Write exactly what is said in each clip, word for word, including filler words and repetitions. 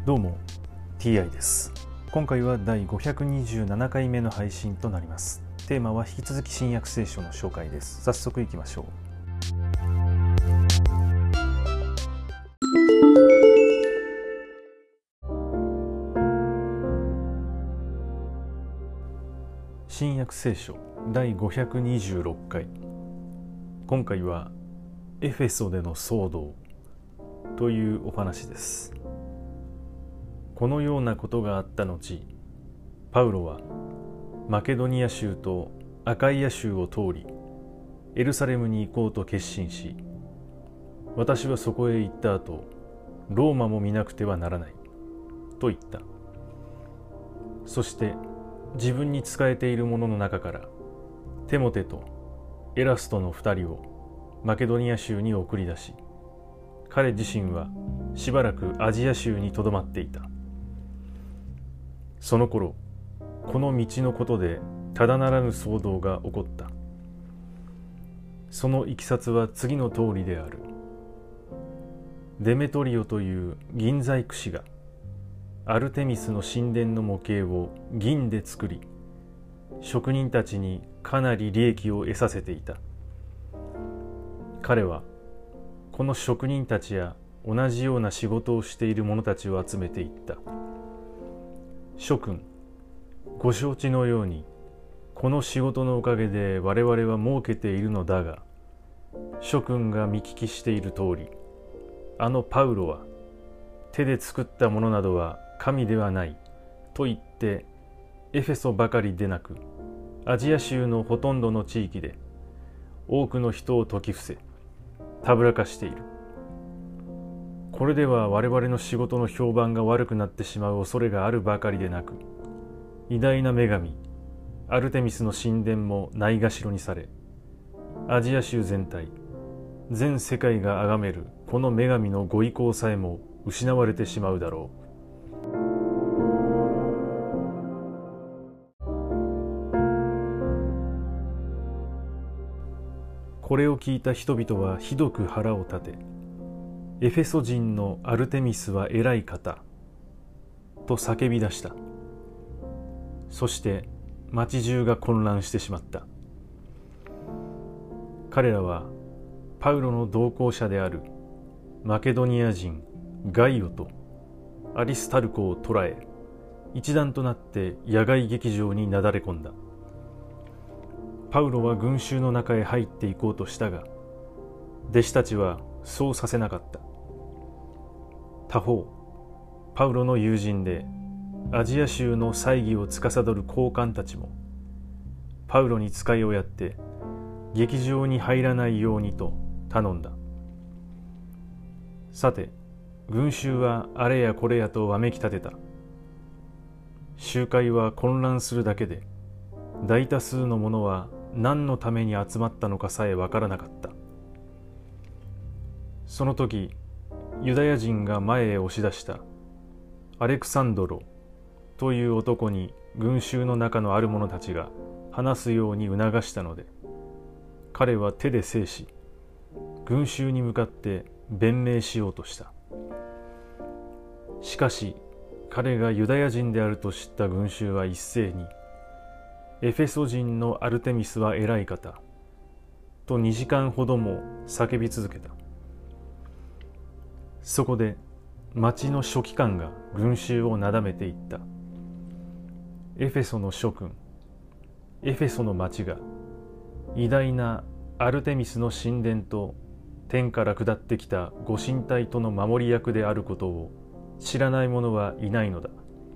どうも ティーアイ です。今回はだいごひゃくにじゅうななかいめの配信となります。テーマは引き続き新約聖書の紹介です。早速いきましょう。新約聖書だいごひゃくにじゅうろっかい。今回はエフェソでの騒動というお話です。このようなことがあった後、パウロはマケドニア州とアカイア州を通りエルサレムに行こうと決心し、私はそこへ行った後、ローマも見なくてはならないと言った。そして自分に仕えている者の中からテモテとエラストの二人をマケドニア州に送り出し、彼自身はしばらくアジア州にとどまっていた。その頃、この道のことでただならぬ騒動が起こった。そのいきさつは次の通りである。デメトリオという銀細工師がアルテミスの神殿の模型を銀で作り、職人たちにかなり利益を得させていた。彼はこの職人たちや同じような仕事をしている者たちを集めていった。諸君、ご承知のように、この仕事のおかげで我々は儲けているのだが、諸君が見聞きしている通り、あのパウロは手で作ったものなどは神ではないと言って、エフェソばかりでなくアジア州のほとんどの地域で多くの人を説き伏せ、たぶらかしている。これでは我々の仕事の評判が悪くなってしまう恐れがあるばかりでなく、偉大な女神アルテミスの神殿もないがしろにされ、アジア州全体、全世界が崇めるこの女神のご意向さえも失われてしまうだろう。これを聞いた人々はひどく腹を立て、エフェソ人のアルテミスは偉い方と叫び出した。そして町中が混乱してしまった。彼らはパウロの同行者であるマケドニア人ガイオとアリスタルコを捕らえ、一団となって野外劇場になだれ込んだ。パウロは群衆の中へ入っていこうとしたが、弟子たちはそうさせなかった。他方、パウロの友人でアジア州の祭儀を司る高官たちもパウロに使いをやって劇場に入らないようにと頼んだ。さて、群衆はあれやこれやとわめき立てた。集会は混乱するだけで、大多数の者は何のために集まったのかさえわからなかった。その時、ユダヤ人が前へ押し出したアレクサンドロという男に群衆の中のある者たちが話すように促したので、彼は手で制し、群衆に向かって弁明しようとした。しかし彼がユダヤ人であると知った群衆は一斉に、エフェソ人のアルテミスは偉い方とにじかんほども叫び続けた。そこで町の書記官が群衆をなだめていった。エフェソの諸君、エフェソの町が偉大なアルテミスの神殿と天から下ってきたご神体との守り役であることを知らない者はいないのだ。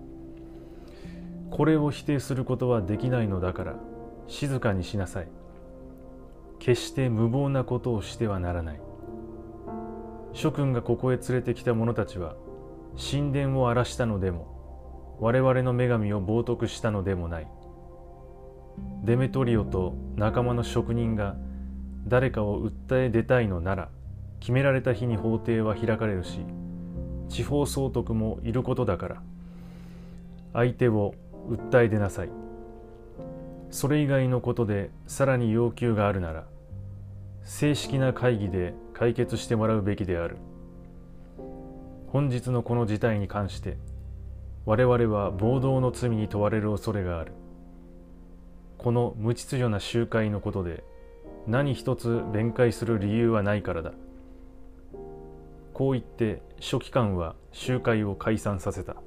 これを否定することはできないのだから静かにしなさい。決して無謀なことをしてはならない。諸君がここへ連れてきた者たちは神殿を荒らしたのでも我々の女神を冒涜したのでもない。デメトリオと仲間の職人が誰かを訴え出たいのなら、決められた日に法廷は開かれるし、地方総督もいることだから、相手を訴え出なさい。それ以外のことでさらに要求があるなら、正式な会議で解決してもらうべきである。 本日のこの事態に関して我々は暴動の罪に問われる恐れがある。この無秩序な集会のことで何一つ弁解する理由はないからだ。こう言って書記官は集会を解散させた。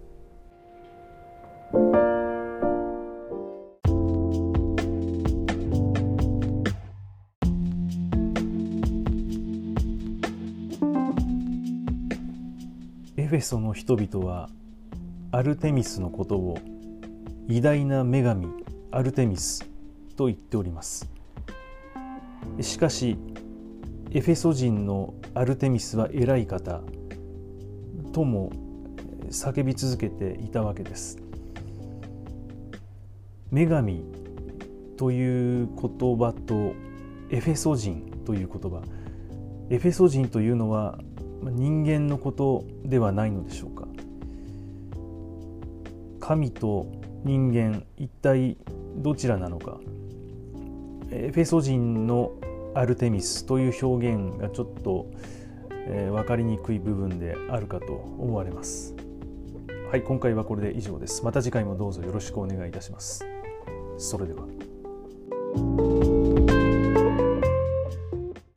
エフェソの人々はアルテミスのことを偉大な女神アルテミスと言っております。しかしエフェソ人のアルテミスは偉い方とも叫び続けていたわけです。女神という言葉とエフェソ人という言葉、エフェソ人というのは人間のことではないのでしょうか。神と人間一体どちらなのか。エフェソ人のアルテミスという表現がちょっと、えー、分かりにくい部分であるかと思われます。はい、今回はこれで以上です。また次回もどうぞよろしくお願いいたします。それでは。